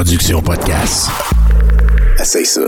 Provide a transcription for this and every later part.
production podcast. Essaye ça.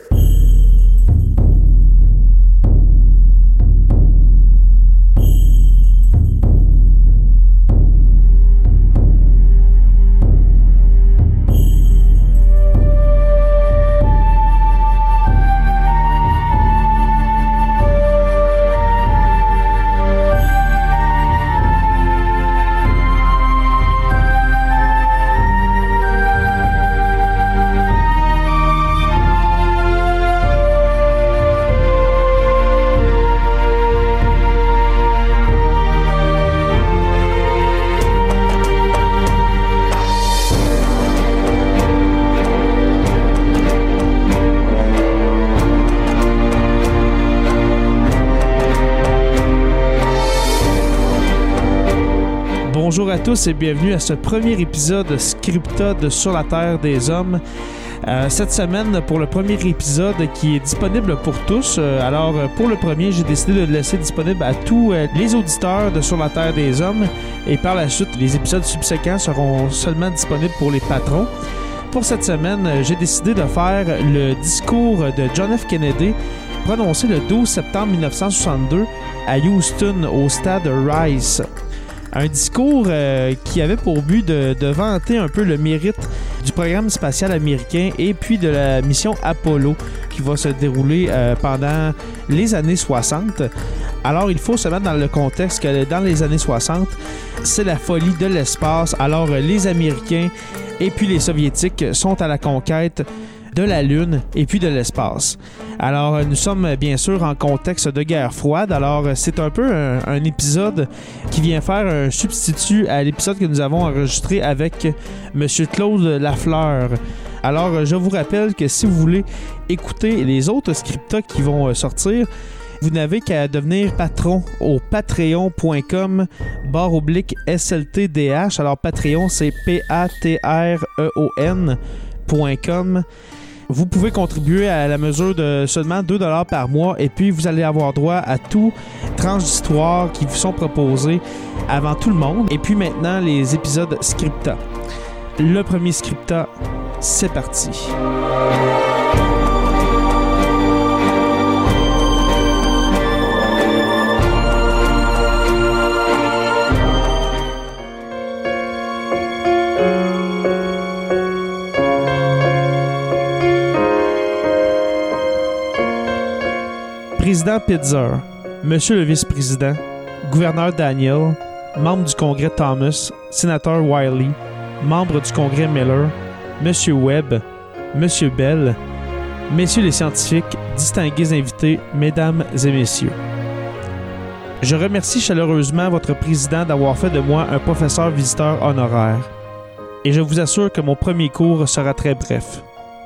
Bonjour à tous et bienvenue à ce premier épisode Scripta de Sur la Terre des Hommes. Cette semaine, pour le premier épisode qui est disponible pour tous, alors pour le premier, j'ai décidé de le laisser disponible à tous les auditeurs de Sur la Terre des Hommes et par la suite, les épisodes subséquents seront seulement disponibles pour les patrons. Pour cette semaine, j'ai décidé de faire le discours de John F. Kennedy prononcé le 12 septembre 1962 à Houston au stade Rice. Un discours qui avait pour but de vanter un peu le mérite du programme spatial américain et puis de la mission Apollo qui va se dérouler pendant les années 60. Alors, il faut se mettre dans le contexte que dans les années 60, c'est la folie de l'espace. Alors, les Américains et puis les Soviétiques sont à la conquête de la Lune et puis de l'espace. Alors, nous sommes bien sûr en contexte de guerre froide. Alors, c'est un peu un épisode qui vient faire un substitut à l'épisode que nous avons enregistré avec M. Claude Lafleur. Alors, je vous rappelle que si vous voulez écouter les autres scriptas qui vont sortir, vous n'avez qu'à devenir patron au patreon.com/SLTDH. Alors, Patreon, c'est patreon.com. Vous pouvez contribuer à la mesure de seulement 2$ par mois et puis vous allez avoir droit à toutes tranches d'histoire qui vous sont proposées avant tout le monde. Et puis maintenant, les épisodes Scripta. Le premier Scripta, c'est parti. Président Pitzer, Monsieur le vice-président, gouverneur Daniel, membre du Congrès Thomas, sénateur Wiley, membre du Congrès Miller, Monsieur Webb, Monsieur Bell, Messieurs les scientifiques, distingués invités, Mesdames et Messieurs. Je remercie chaleureusement votre président d'avoir fait de moi un professeur visiteur honoraire. Et je vous assure que mon premier cours sera très bref.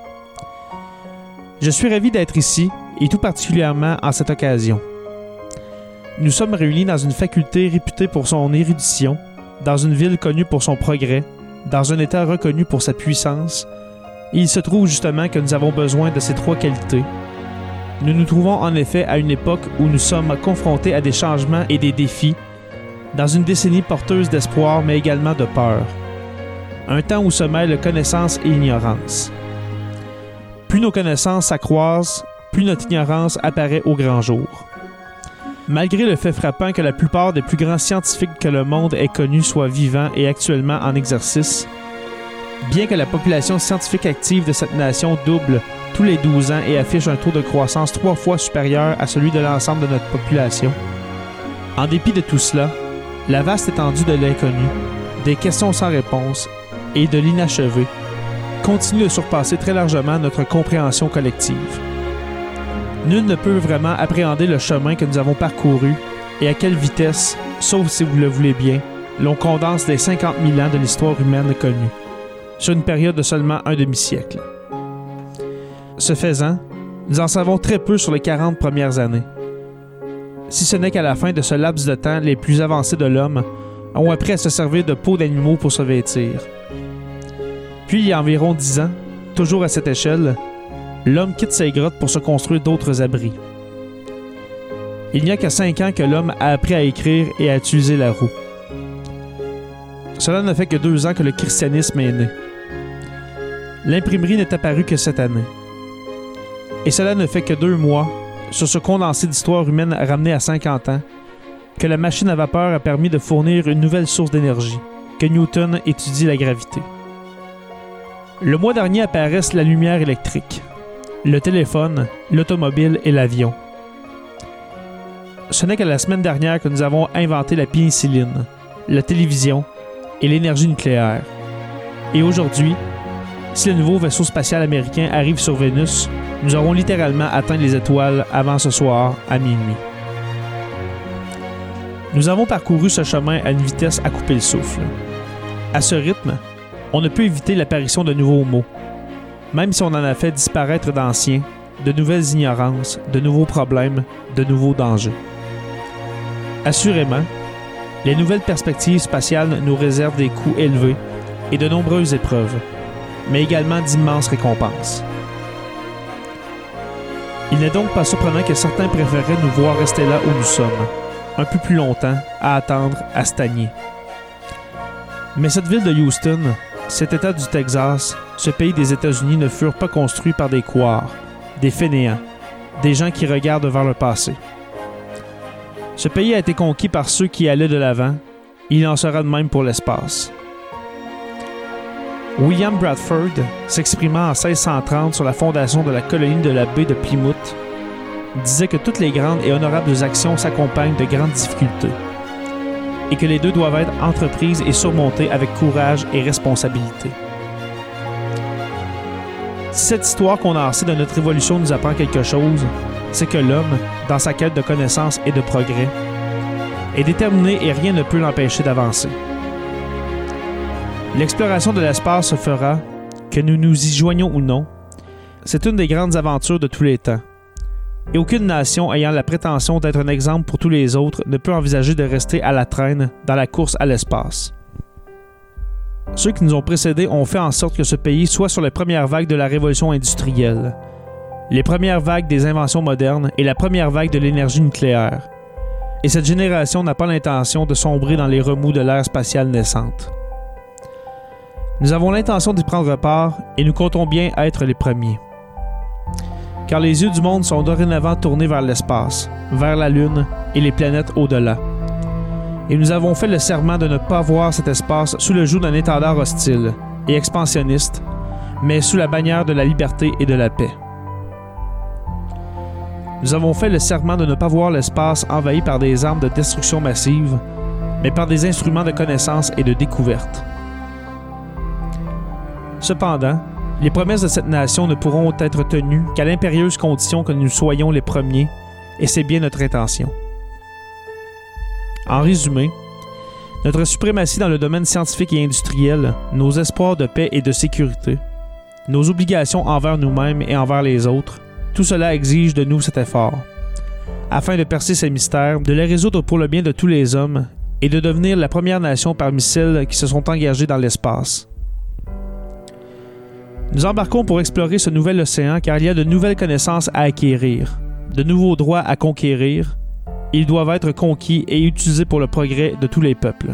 Je suis ravi d'être ici, et tout particulièrement en cette occasion. Nous sommes réunis dans une faculté réputée pour son érudition, dans une ville connue pour son progrès, dans un État reconnu pour sa puissance, et il se trouve justement que nous avons besoin de ces trois qualités. Nous nous trouvons en effet à une époque où nous sommes confrontés à des changements et des défis, dans une décennie porteuse d'espoir mais également de peur. Un temps où se mêlent connaissance et ignorance. Plus nos connaissances s'accroissent, plus notre ignorance apparaît au grand jour. Malgré le fait frappant que la plupart des plus grands scientifiques que le monde ait connus soient vivants et actuellement en exercice, bien que la population scientifique active de cette nation double tous les 12 ans et affiche un taux de croissance 3 fois supérieur à celui de l'ensemble de notre population, en dépit de tout cela, la vaste étendue de l'inconnu, des questions sans réponse et de l'inachevé continue de surpasser très largement notre compréhension collective. Nul ne peut vraiment appréhender le chemin que nous avons parcouru et à quelle vitesse, sauf si vous le voulez bien, l'on condense les 50 000 ans de l'histoire humaine connue, sur une période de seulement un demi-siècle. Ce faisant, nous en savons très peu sur les 40 premières années. Si ce n'est qu'à la fin de ce laps de temps, les plus avancés de l'homme ont appris à se servir de peaux d'animaux pour se vêtir. Puis, il y a environ 10 ans, toujours à cette échelle, l'homme quitte ses grottes pour se construire d'autres abris. Il n'y a que 5 ans que l'homme a appris à écrire et à utiliser la roue. Cela ne fait que 2 ans que le christianisme est né. l'imprimerie n'est apparue que cette année. Et cela ne fait que 2 mois, sur ce condensé d'histoire humaine ramené à 50 ans, que la machine à vapeur a permis de fournir une nouvelle source d'énergie, que Newton étudie la gravité. Le mois dernier apparaissent la lumière électrique, le téléphone, l'automobile et l'avion. Ce n'est que la semaine dernière que nous avons inventé la pénicilline, la télévision et l'énergie nucléaire. Et aujourd'hui, si le nouveau vaisseau spatial américain arrive sur Vénus, nous aurons littéralement atteint les étoiles avant ce soir à minuit. Nous avons parcouru ce chemin à une vitesse à couper le souffle. À ce rythme, on ne peut éviter l'apparition de nouveaux mots, même si on en a fait disparaître d'anciens, de nouvelles ignorances, de nouveaux problèmes, de nouveaux dangers. Assurément, les nouvelles perspectives spatiales nous réservent des coûts élevés et de nombreuses épreuves, mais également d'immenses récompenses. Il n'est donc pas surprenant que certains préféraient nous voir rester là où nous sommes, un peu plus longtemps, à attendre, à stagner. Mais cette ville de Houston, cet État du Texas, ce pays des États-Unis ne furent pas construits par des couards, des fainéants, des gens qui regardent vers le passé. Ce pays a été conquis par ceux qui allaient de l'avant, et il en sera de même pour l'espace. William Bradford, s'exprimant en 1630 sur la fondation de la colonie de la baie de Plymouth, disait que toutes les grandes et honorables actions s'accompagnent de grandes difficultés, et que les deux doivent être entreprises et surmontées avec courage et responsabilité. Si cette histoire condensée de notre évolution nous apprend quelque chose, c'est que l'homme, dans sa quête de connaissance et de progrès, est déterminé et rien ne peut l'empêcher d'avancer. L'exploration de l'espace se fera, que nous nous y joignions ou non, c'est une des grandes aventures de tous les temps. Et aucune nation ayant la prétention d'être un exemple pour tous les autres ne peut envisager de rester à la traîne dans la course à l'espace. Ceux qui nous ont précédés ont fait en sorte que ce pays soit sur les premières vagues de la révolution industrielle, les premières vagues des inventions modernes et la première vague de l'énergie nucléaire. Et cette génération n'a pas l'intention de sombrer dans les remous de l'ère spatiale naissante. Nous avons l'intention d'y prendre part et nous comptons bien être les premiers. Car les yeux du monde sont dorénavant tournés vers l'espace, vers la Lune et les planètes au-delà. Et nous avons fait le serment de ne pas voir cet espace sous le joug d'un étendard hostile et expansionniste, mais sous la bannière de la liberté et de la paix. Nous avons fait le serment de ne pas voir l'espace envahi par des armes de destruction massive, mais par des instruments de connaissance et de découverte. Cependant, les promesses de cette nation ne pourront être tenues qu'à l'impérieuse condition que nous soyons les premiers, et c'est bien notre intention. En résumé, notre suprématie dans le domaine scientifique et industriel, nos espoirs de paix et de sécurité, nos obligations envers nous-mêmes et envers les autres, tout cela exige de nous cet effort, afin de percer ces mystères, de les résoudre pour le bien de tous les hommes et de devenir la première nation parmi celles qui se sont engagées dans l'espace. Nous embarquons pour explorer ce nouvel océan car il y a de nouvelles connaissances à acquérir, de nouveaux droits à conquérir. Ils doivent être conquis et utilisés pour le progrès de tous les peuples.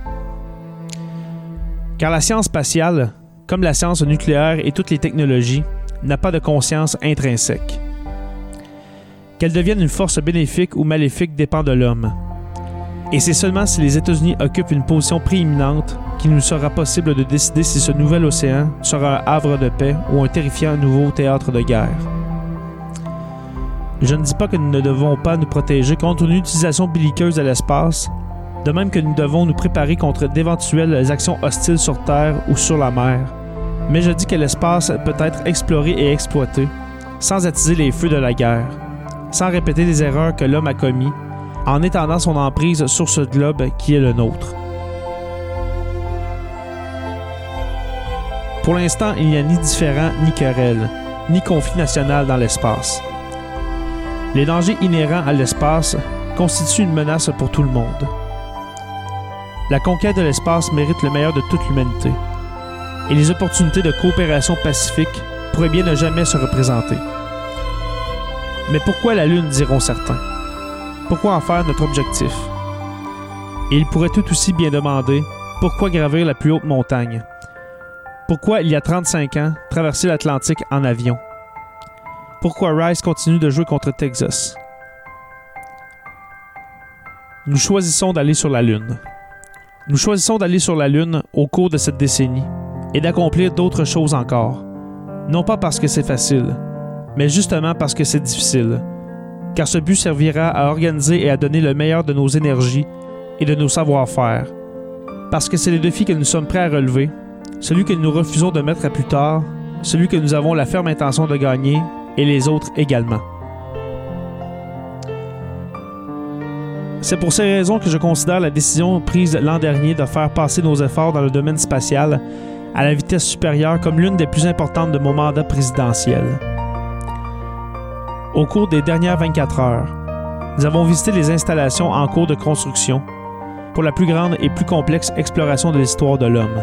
Car la science spatiale, comme la science nucléaire et toutes les technologies, n'a pas de conscience intrinsèque. Qu'elle devienne une force bénéfique ou maléfique dépend de l'homme. Et c'est seulement si les États-Unis occupent une position prééminente qu'il nous sera possible de décider si ce nouvel océan sera un havre de paix ou un terrifiant nouveau théâtre de guerre. Je ne dis pas que nous ne devons pas nous protéger contre une utilisation belliqueuse de l'espace, de même que nous devons nous préparer contre d'éventuelles actions hostiles sur Terre ou sur la mer, mais je dis que l'espace peut être exploré et exploité, sans attiser les feux de la guerre, sans répéter les erreurs que l'homme a commises, en étendant son emprise sur ce globe qui est le nôtre. Pour l'instant, il n'y a ni différend, ni querelle, ni conflit national dans l'espace. Les dangers inhérents à l'espace constituent une menace pour tout le monde. La conquête de l'espace mérite le meilleur de toute l'humanité, et les opportunités de coopération pacifique pourraient bien ne jamais se représenter. Mais pourquoi la Lune, diront certains? Pourquoi en faire notre objectif? Et il pourrait tout aussi bien demander pourquoi gravir la plus haute montagne? Pourquoi, il y a 35 ans, traverser l'Atlantique en avion? Pourquoi Rice continue de jouer contre Texas? Nous choisissons d'aller sur la Lune. Nous choisissons d'aller sur la Lune au cours de cette décennie et d'accomplir d'autres choses encore. Non pas parce que c'est facile, mais justement parce que c'est difficile. Car ce but servira à organiser et à donner le meilleur de nos énergies et de nos savoir-faire. Parce que c'est le défi que nous sommes prêts à relever, celui que nous refusons de mettre à plus tard, celui que nous avons la ferme intention de gagner, et les autres également. C'est pour ces raisons que je considère la décision prise l'an dernier de faire passer nos efforts dans le domaine spatial à la vitesse supérieure comme l'une des plus importantes de mon mandat présidentiel. Au cours des dernières 24 heures, nous avons visité les installations en cours de construction pour la plus grande et plus complexe exploration de l'histoire de l'homme.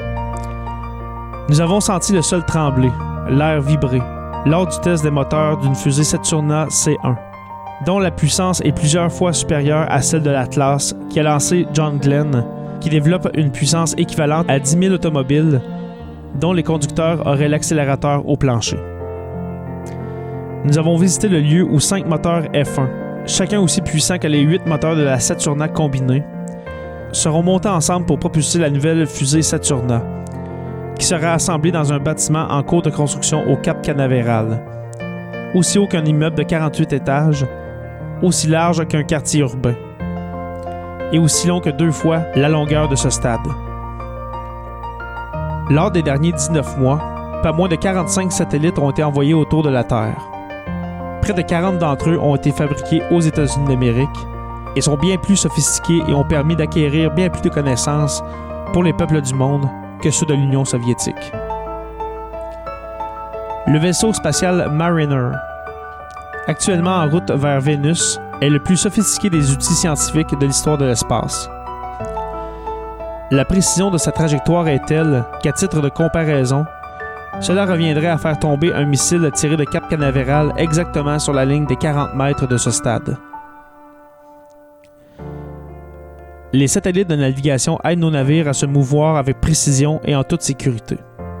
Nous avons senti le sol trembler, l'air vibrer, lors du test des moteurs d'une fusée Saturna C1, dont la puissance est plusieurs fois supérieure à celle de l'Atlas qui a lancé John Glenn, qui développe une puissance équivalente à 10 000 automobiles, dont les conducteurs auraient l'accélérateur au plancher. Nous avons visité le lieu où 5 moteurs F1, chacun aussi puissant que les 8 moteurs de la Saturna combinés, seront montés ensemble pour propulser la nouvelle fusée Saturna, qui sera assemblée dans un bâtiment en cours de construction au Cap Canaveral, aussi haut qu'un immeuble de 48 étages, aussi large qu'un quartier urbain, et aussi long que 2 fois la longueur de ce stade. Lors des derniers 19 mois, pas moins de 45 satellites ont été envoyés autour de la Terre. Près de 40 d'entre eux ont été fabriqués aux États-Unis d'Amérique et sont bien plus sophistiqués et ont permis d'acquérir bien plus de connaissances pour les peuples du monde que ceux de l'Union soviétique. Le vaisseau spatial Mariner, actuellement en route vers Vénus, est le plus sophistiqué des outils scientifiques de l'histoire de l'espace. La précision de sa trajectoire est telle qu'à titre de comparaison, cela reviendrait à faire tomber un missile tiré de Cap Canaveral exactement sur la ligne des 40 mètres de ce stade. Les satellites de navigation aident nos navires à se mouvoir avec précision et en toute sécurité.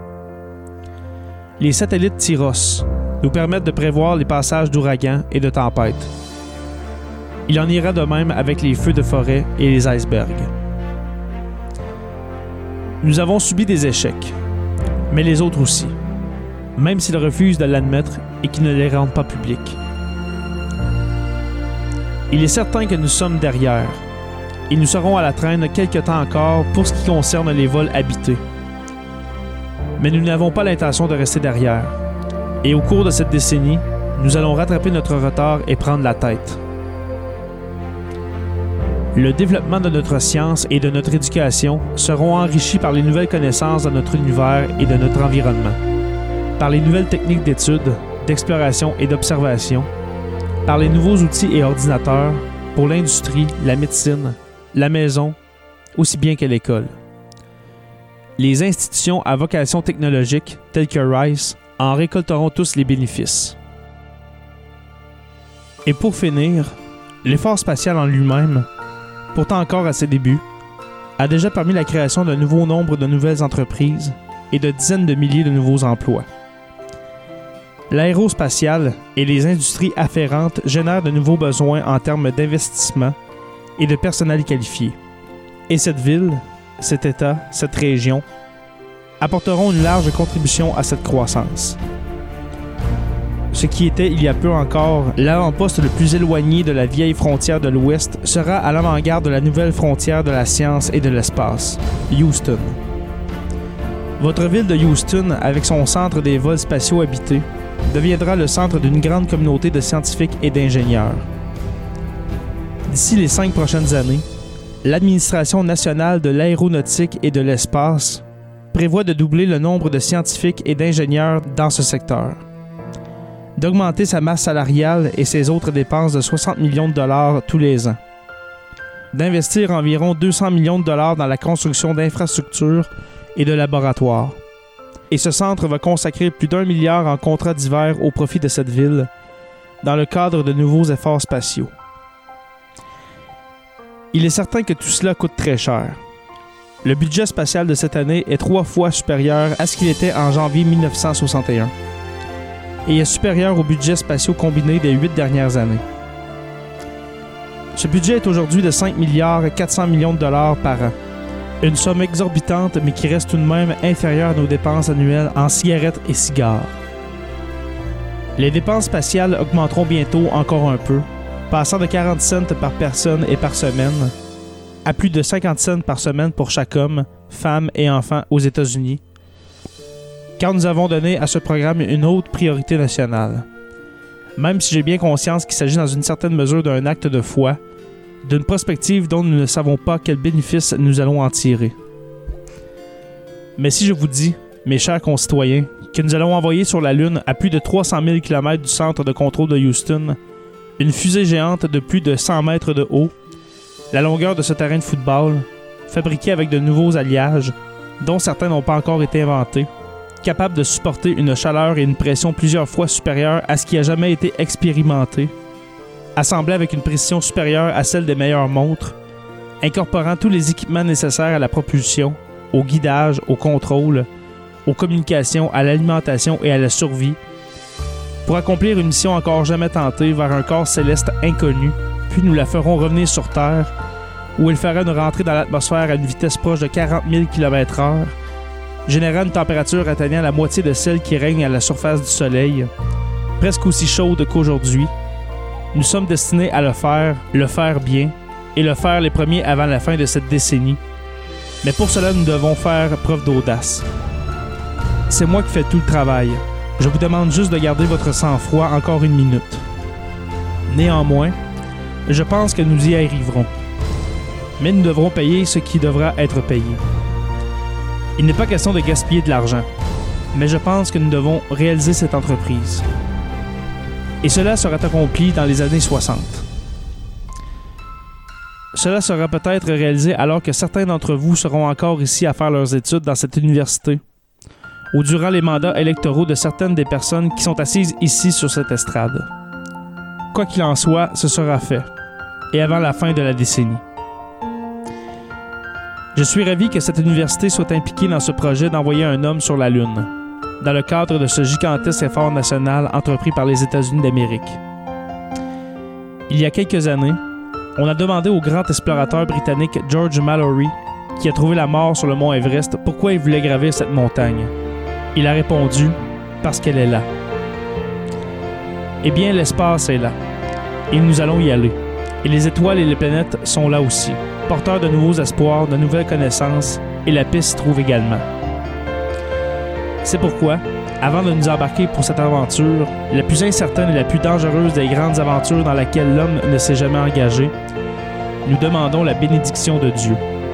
Les satellites TIROS nous permettent de prévoir les passages d'ouragans et de tempêtes. Il en ira de même avec les feux de forêt et les icebergs. Nous avons subi des échecs, mais les autres aussi, même s'ils refusent de l'admettre et qu'ils ne les rendent pas publics. Il est certain que nous sommes derrière, et nous serons à la traîne quelque temps encore pour ce qui concerne les vols habités. Mais nous n'avons pas l'intention de rester derrière, et au cours de cette décennie, nous allons rattraper notre retard et prendre la tête. Le développement de notre science et de notre éducation seront enrichis par les nouvelles connaissances de notre univers et de notre environnement, par les nouvelles techniques d'études, d'exploration et d'observation, par les nouveaux outils et ordinateurs pour l'industrie, la médecine, la maison, aussi bien que l'école. Les institutions à vocation technologique, telles que Rice, en récolteront tous les bénéfices. Et pour finir, l'effort spatial en lui-même, pourtant encore à ses débuts, a déjà permis la création d'un nouveau nombre de nouvelles entreprises et de dizaines de milliers de nouveaux emplois. L'aérospatiale et les industries afférentes génèrent de nouveaux besoins en termes d'investissement et de personnel qualifié. Et cette ville, cet État, cette région apporteront une large contribution à cette croissance. Ce qui était il y a peu encore l'avant-poste le plus éloigné de la vieille frontière de l'Ouest sera à l'avant-garde de la nouvelle frontière de la science et de l'espace, Houston. Votre ville de Houston, avec son centre des vols spatiaux habités, deviendra le centre d'une grande communauté de scientifiques et d'ingénieurs. D'ici les 5 prochaines années, l'Administration nationale de l'aéronautique et de l'espace prévoit de doubler le nombre de scientifiques et d'ingénieurs dans ce secteur, d'augmenter sa masse salariale et ses autres dépenses de 60 millions de dollars tous les ans, d'investir environ 200 millions de dollars dans la construction d'infrastructures et de laboratoires. Et ce centre va consacrer plus d'1 milliard en contrats divers au profit de cette ville, dans le cadre de nouveaux efforts spatiaux. Il est certain que tout cela coûte très cher. Le budget spatial de cette année est 3 fois supérieur à ce qu'il était en janvier 1961 et est supérieur aux budgets spatiaux combinés des 8 dernières années. Ce budget est aujourd'hui de 5 milliards 400 millions de dollars par an. Une somme exorbitante, mais qui reste tout de même inférieure à nos dépenses annuelles en cigarettes et cigares. Les dépenses spatiales augmenteront bientôt encore un peu, passant de 40 cents par personne et par semaine à plus de 50 cents par semaine pour chaque homme, femme et enfant aux États-Unis, car nous avons donné à ce programme une haute priorité nationale. Même si j'ai bien conscience qu'il s'agit dans une certaine mesure d'un acte de foi, d'une prospective dont nous ne savons pas quels bénéfices nous allons en tirer. Mais si je vous dis, mes chers concitoyens, que nous allons envoyer sur la Lune, à plus de 300 000 km du centre de contrôle de Houston, une fusée géante de plus de 100 mètres de haut, la longueur de ce terrain de football, fabriquée avec de nouveaux alliages, dont certains n'ont pas encore été inventés, capable de supporter une chaleur et une pression plusieurs fois supérieures à ce qui a jamais été expérimenté, assemblée avec une précision supérieure à celle des meilleures montres, incorporant tous les équipements nécessaires à la propulsion, au guidage, au contrôle, aux communications, à l'alimentation et à la survie, pour accomplir une mission encore jamais tentée vers un corps céleste inconnu, puis nous la ferons revenir sur Terre, où elle fera nous rentrer dans l'atmosphère à une vitesse proche de 40 000 km/h, générant une température atteignant la moitié de celle qui règne à la surface du Soleil, presque aussi chaude qu'aujourd'hui. Nous sommes destinés à le faire bien, et le faire les premiers avant la fin de cette décennie. Mais pour cela, nous devons faire preuve d'audace. C'est moi qui fais tout le travail. Je vous demande juste de garder votre sang-froid encore une minute. Néanmoins, je pense que nous y arriverons. Mais nous devrons payer ce qui devra être payé. Il n'est pas question de gaspiller de l'argent, mais je pense que nous devons réaliser cette entreprise. Et cela sera accompli dans les années 60. Cela sera peut-être réalisé alors que certains d'entre vous seront encore ici à faire leurs études dans cette université, ou durant les mandats électoraux de certaines des personnes qui sont assises ici sur cette estrade. Quoi qu'il en soit, ce sera fait, et avant la fin de la décennie. Je suis ravi que cette université soit impliquée dans ce projet d'envoyer un homme sur la Lune, dans le cadre de ce gigantesque effort national entrepris par les États-Unis d'Amérique. Il y a quelques années, on a demandé au grand explorateur britannique George Mallory, qui a trouvé la mort sur le mont Everest, pourquoi il voulait gravir cette montagne. Il a répondu « Parce qu'elle est là ». Eh bien, l'espace est là, et nous allons y aller. Et les étoiles et les planètes sont là aussi, porteurs de nouveaux espoirs, de nouvelles connaissances, et la paix s'y trouve également. C'est pourquoi, avant de nous embarquer pour cette aventure, la plus incertaine et la plus dangereuse des grandes aventures dans laquelle l'homme ne s'est jamais engagé, nous demandons la bénédiction de Dieu.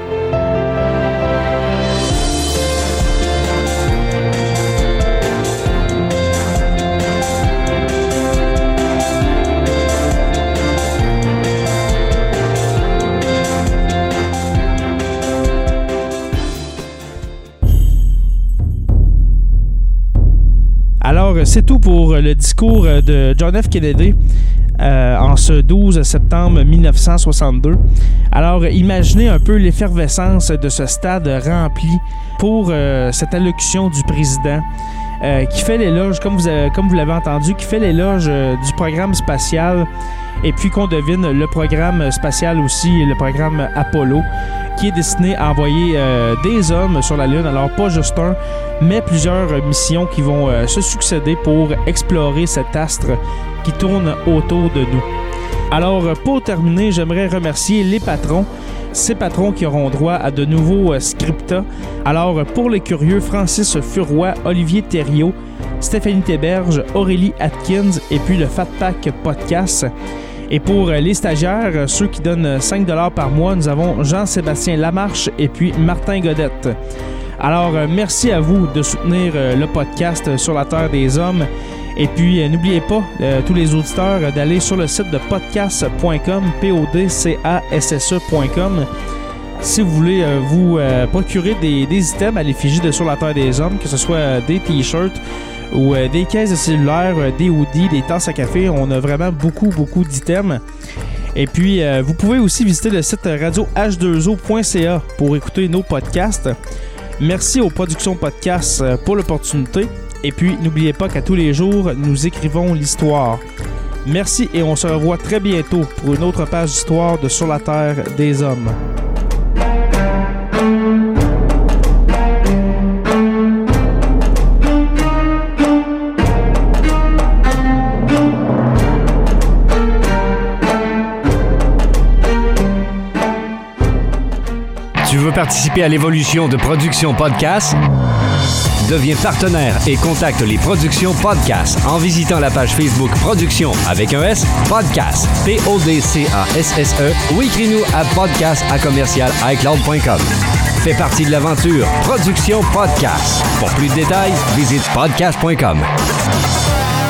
Alors, c'est tout pour le discours de John F. Kennedy en ce 12 septembre 1962. Alors, imaginez un peu l'effervescence de ce stade rempli pour cette allocution du président qui fait l'éloge, comme vous l'avez entendu, qui fait l'éloge du programme spatial et puis qu'on devine le programme spatial aussi, le programme Apollo, qui est destiné à envoyer des hommes sur la Lune. Alors, pas juste un, mais plusieurs missions qui vont se succéder pour explorer cet astre qui tourne autour de nous. Alors, pour terminer, j'aimerais remercier les patrons. Ces patrons qui auront droit à de nouveaux scriptas. Alors, pour les curieux, Francis Furoy, Olivier Thériault, Stéphanie Théberge, Aurélie Atkins et puis le Fat Pack Podcast. Et pour les stagiaires, ceux qui donnent 5$ par mois, nous avons Jean-Sébastien Lamarche et puis Martin Godette. Alors, merci à vous de soutenir le podcast Sur la Terre des Hommes. Et puis, n'oubliez pas, tous les auditeurs, d'aller sur le site de podcast.com, podcasse.com, si vous voulez vous procurer des items à l'effigie de Sur la Terre des Hommes, que ce soit des t-shirts ou des caisses de cellulaire, des hoodies, des tasses à café. On a vraiment beaucoup d'items. Et puis, vous pouvez aussi visiter le site radioh2o.ca pour écouter nos podcasts. Merci aux Productions Podcasts pour l'opportunité. Et puis, n'oubliez pas qu'à tous les jours, nous écrivons l'histoire. Merci et on se revoit très bientôt pour une autre page d'histoire de Sur la Terre des Hommes. Tu veux participer à l'évolution de Productions Podcast? Deviens partenaire et contacte les Productions Podcast en visitant la page Facebook Productions avec un S, Podcast, P-O-D-C-A-S-S-E ou écris-nous à podcast@icloud.com. Fais partie de l'aventure Productions Podcast. Pour plus de détails, visite podcast.com.